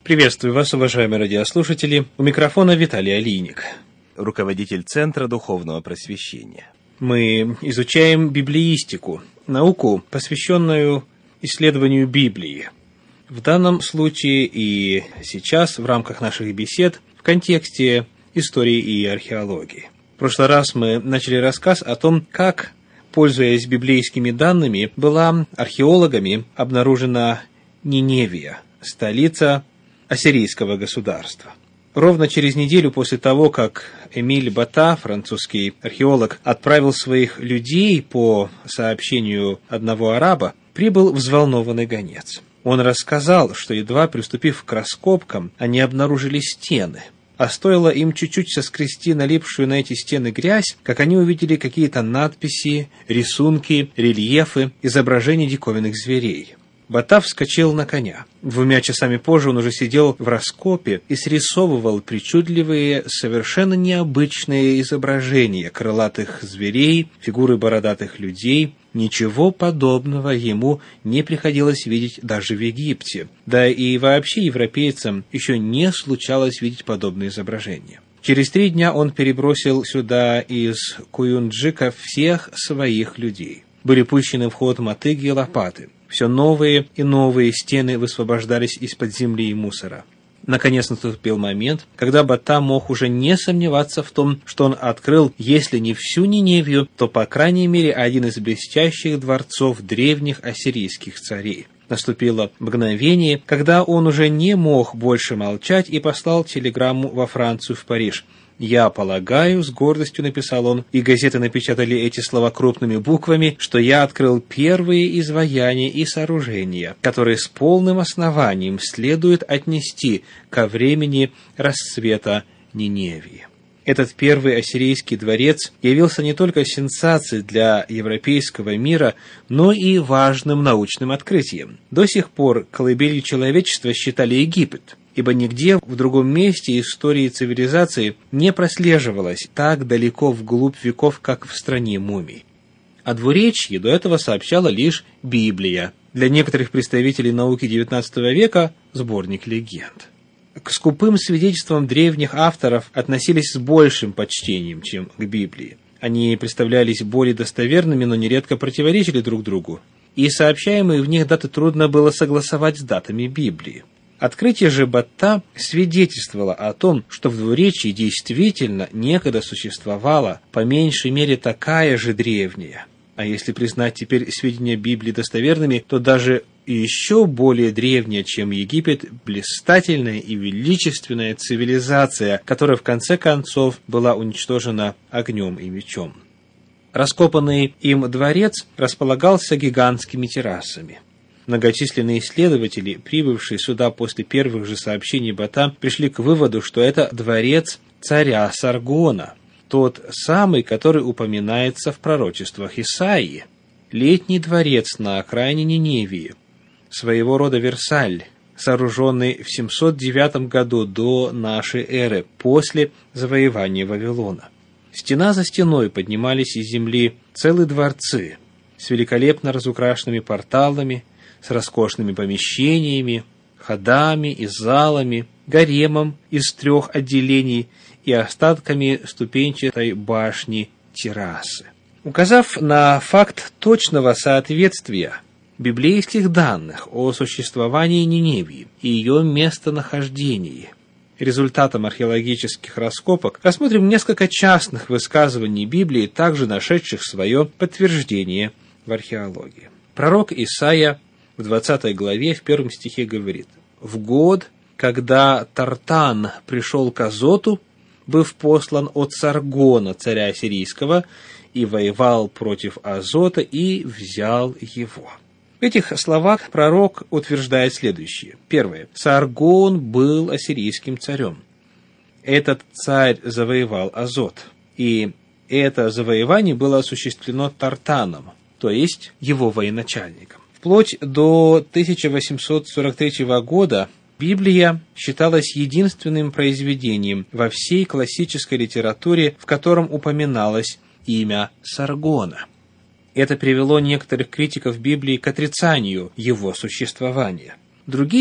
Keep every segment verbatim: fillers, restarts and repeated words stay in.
Приветствую вас, уважаемые радиослушатели. У микрофона Виталий Алийник, руководитель Центра Духовного Просвещения. Мы изучаем библеистику, науку, посвященную исследованию Библии. В данном случае и сейчас, в рамках наших бесед, в контексте истории и археологии. В прошлый раз мы начали рассказ о том, как, пользуясь библейскими данными, была археологами обнаружена Ниневия, столица ассирийского государства. Ровно через неделю после того, как Эмиль Бота, французский археолог, отправил своих людей по сообщению одного араба, прибыл взволнованный гонец. Он рассказал, что, едва приступив к раскопкам, они обнаружили стены. А стоило им чуть-чуть соскрести налипшую на эти стены грязь, как они увидели какие-то надписи, рисунки, рельефы, изображения диковинных зверей. Бота вскочил на коня. Двумя часами позже он уже сидел в раскопе и срисовывал причудливые, совершенно необычные изображения крылатых зверей, фигуры бородатых людей. Ничего подобного ему не приходилось видеть даже в Египте. Да и вообще европейцам еще не случалось видеть подобные изображения. Через три дня он перебросил сюда из Куюнджика всех своих людей. Были пущены в ход мотыги и лопаты. Все новые и новые стены высвобождались из-под земли и мусора. Наконец наступил момент, когда Бота мог уже не сомневаться в том, что он открыл, если не всю Ниневию, то, по крайней мере, один из блестящих дворцов древних ассирийских царей. Наступило мгновение, когда он уже не мог больше молчать и послал телеграмму во Францию, в Париж. «Я полагаю», — с гордостью написал он, и газеты напечатали эти слова крупными буквами, что я открыл первые изваяния и сооружения, которые с полным основанием следует отнести ко времени расцвета Ниневии. Этот первый ассирийский дворец явился не только сенсацией для европейского мира, но и важным научным открытием. До сих пор колыбелью человечества считали Египет, ибо нигде в другом месте истории цивилизации не прослеживалось так далеко вглубь веков, как в стране мумий. О двуречье до этого сообщала лишь Библия. Для некоторых представителей науки девятнадцатого века – сборник легенд. К скупым свидетельствам древних авторов относились с большим почтением, чем к Библии. Они представлялись более достоверными, но нередко противоречили друг другу, и сообщаемые в них даты трудно было согласовать с датами Библии. Открытие же Бота свидетельствовало о том, что в двуречии действительно некогда существовала по меньшей мере такая же древняя, а если признать теперь сведения Библии достоверными, то даже еще более древняя, чем Египет, блистательная и величественная цивилизация, которая в конце концов была уничтожена огнем и мечом. Раскопанный им дворец располагался гигантскими террасами. Многочисленные исследователи, прибывшие сюда после первых же сообщений Бота, пришли к выводу, что это дворец царя Саргона, тот самый, который упоминается в пророчествах Исаии. Летний дворец на окраине Ниневии, своего рода Версаль, сооруженный в семьсот девятом году до нашей эры, после завоевания Вавилона. Стена за стеной поднимались из земли целые дворцы с великолепно разукрашенными порталами, с роскошными помещениями, ходами и залами, гаремом из трех отделений и остатками ступенчатой башни террасы. Указав на факт точного соответствия библейских данных о существовании Ниневии и ее местонахождении результатом археологических раскопок, рассмотрим несколько частных высказываний Библии, также нашедших свое подтверждение в археологии. Пророк Исаия в двадцатой главе, в первом стихе говорит: «В год, когда Тартан пришел к Азоту, быв послан от Саргона, царя ассирийского, и воевал против Азота и взял его». В этих словах пророк утверждает следующее. Первое. Саргон был ассирийским царем. Этот царь завоевал Азот, и это завоевание было осуществлено Тартаном, то есть его военачальником. Вплоть до тысяча восемьсот сорок третьего года Библия считалась единственным произведением во всей классической литературе, в котором упоминалось имя Саргона. Это привело некоторых критиков Библии к отрицанию его существования. Другие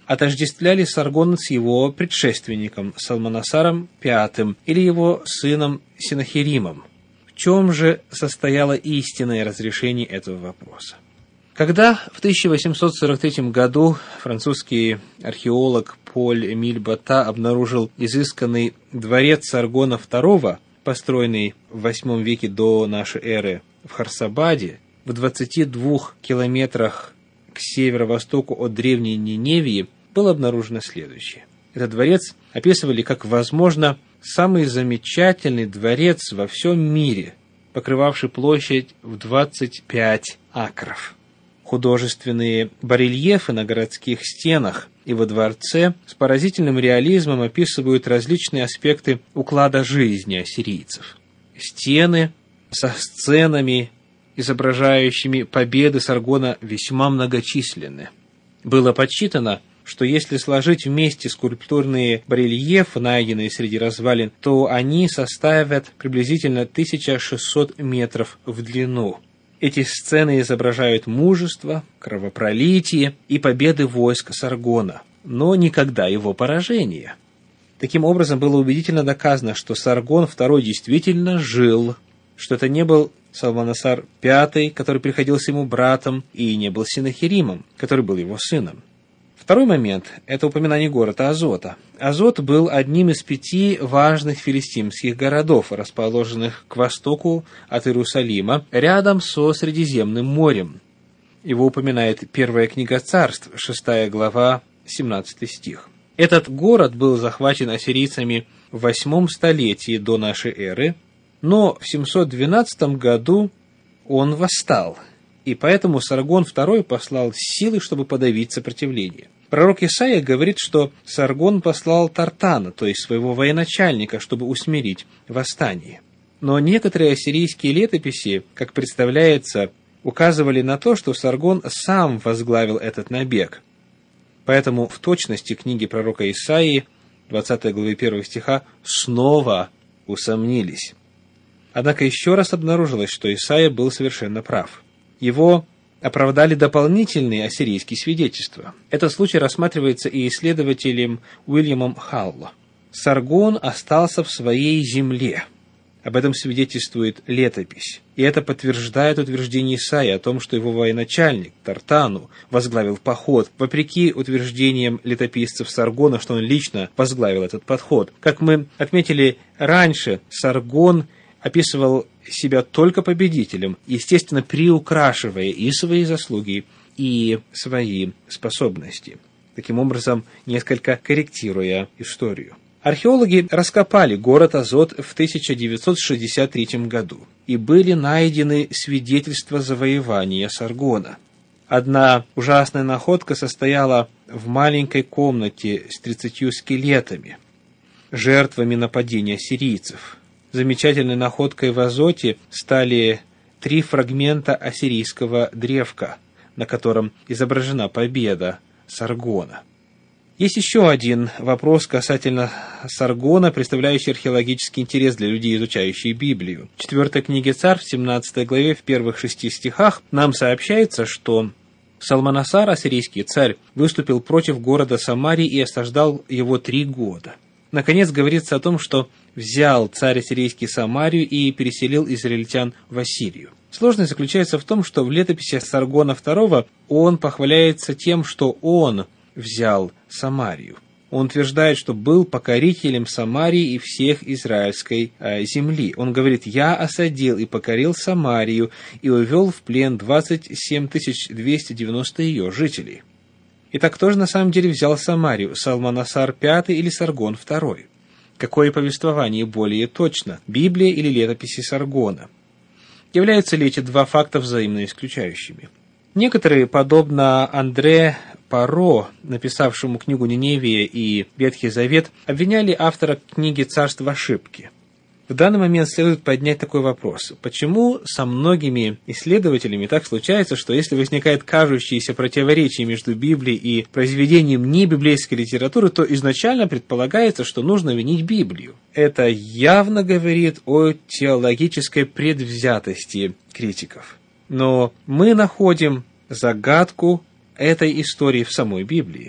отождествляли Саргона с его предшественником Салманасаром пятым или его сыном Синахиримом. В чем же состояло истинное разрешение этого вопроса? Когда в тысяча восемьсот сорок третьем году французский археолог Поль Эмиль Бота обнаружил изысканный дворец Саргона второго, построенный в восьмом веке до нашей эры в Харсабаде, в двадцати двух километрах к северо-востоку от древней Ниневии, было обнаружено следующее. Этот дворец описывали как, возможно, самый замечательный дворец во всем мире, покрывавший площадь в двадцать пять акров. Художественные барельефы на городских стенах и во дворце с поразительным реализмом описывают различные аспекты уклада жизни ассирийцев. Стены со сценами, изображающими победы Саргона, весьма многочисленны. Было подсчитано, что если сложить вместе скульптурные барельефы, найденные среди развалин, то они составят приблизительно тысяча шестьсот метров в длину. Эти сцены изображают мужество, кровопролитие и победы войск Саргона, но никогда его поражение. Таким образом, было убедительно доказано, что Саргон второй действительно жил, что это не был Салманасар пятый, который приходился ему братом, и не был Синахиримом, который был его сыном. Второй момент – это упоминание города Азота. Азот был одним из пяти важных филистимских городов, расположенных к востоку от Иерусалима, рядом со Средиземным морем. Его упоминает Первая книга Царств, шестая глава, семнадцатый стих. Этот город был захвачен ассирийцами в восьмом столетии до нашей эры, но в семьсот двенадцатом году он восстал, и поэтому Саргон второй послал силы, чтобы подавить сопротивление. Пророк Исаия говорит, что Саргон послал Тартана, то есть своего военачальника, чтобы усмирить восстание. Но некоторые ассирийские летописи, как представляется, указывали на то, что Саргон сам возглавил этот набег. Поэтому в точности книги пророка Исаии, двадцатой главы первого стиха, снова усомнились. Однако еще раз обнаружилось, что Исаия был совершенно прав. Его оправдали дополнительные ассирийские свидетельства. Этот случай рассматривается и исследователем Уильямом Халло. Саргон остался в своей земле. Об этом свидетельствует летопись. И это подтверждает утверждение Исаии о том, что его военачальник Тартану возглавил поход, вопреки утверждениям летописцев Саргона, что он лично возглавил этот подход. Как мы отметили раньше, Саргон описывал себя только победителем, естественно, приукрашивая и свои заслуги, и свои способности. Таким образом, несколько корректируя историю. Археологи раскопали город Азот в тысяча девятьсот шестьдесят третьем году, и были найдены свидетельства завоевания Саргона. Одна ужасная находка состояла в маленькой комнате с тридцатью скелетами, жертвами нападения ассирийцев. Замечательной находкой в Азоте стали три фрагмента ассирийского древка, на котором изображена победа Саргона. Есть еще один вопрос касательно Саргона, представляющий археологический интерес для людей, изучающих Библию. В четвертой книге Царств, в семнадцатой главе, в первых шести стихах, нам сообщается, что Салманасар, ассирийский царь, выступил против города Самарии и осаждал его три года. Наконец, говорится о том, что взял царь ассирийский Самарию и переселил израильтян в Ассирию. Сложность заключается в том, что в летописи Саргона второго он похваляется тем, что он взял Самарию. Он утверждает, что был покорителем Самарии и всех израильской э, земли. Он говорит: «Я осадил и покорил Самарию и увел в плен двадцать семь тысяч двести девяносто ее жителей». Итак, кто же на самом деле взял Самарию, Салманасар пятый или Саргон второй? Какое повествование более точно, Библия или летописи Саргона? Являются ли эти два факта взаимно исключающими? Некоторые, подобно Андре Паро, написавшему книгу «Ниневия» и «Ветхий Завет», обвиняли автора книги «Царств» в ошибке. В данный момент следует поднять такой вопрос. Почему со многими исследователями так случается, что если возникает кажущееся противоречие между Библией и произведением небиблейской литературы, то изначально предполагается, что нужно винить Библию? Это явно говорит о теологической предвзятости критиков. Но мы находим загадку этой истории в самой Библии.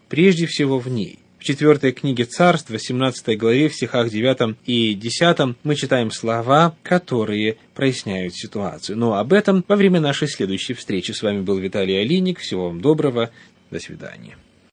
прежде всего в ней. В четвертой книге Царств, восемнадцатой главе, в стихах девятом и десятом мы читаем слова, которые проясняют ситуацию. Но об этом во время нашей следующей встречи. С вами был Виталий Алиник. Всего вам доброго. До свидания.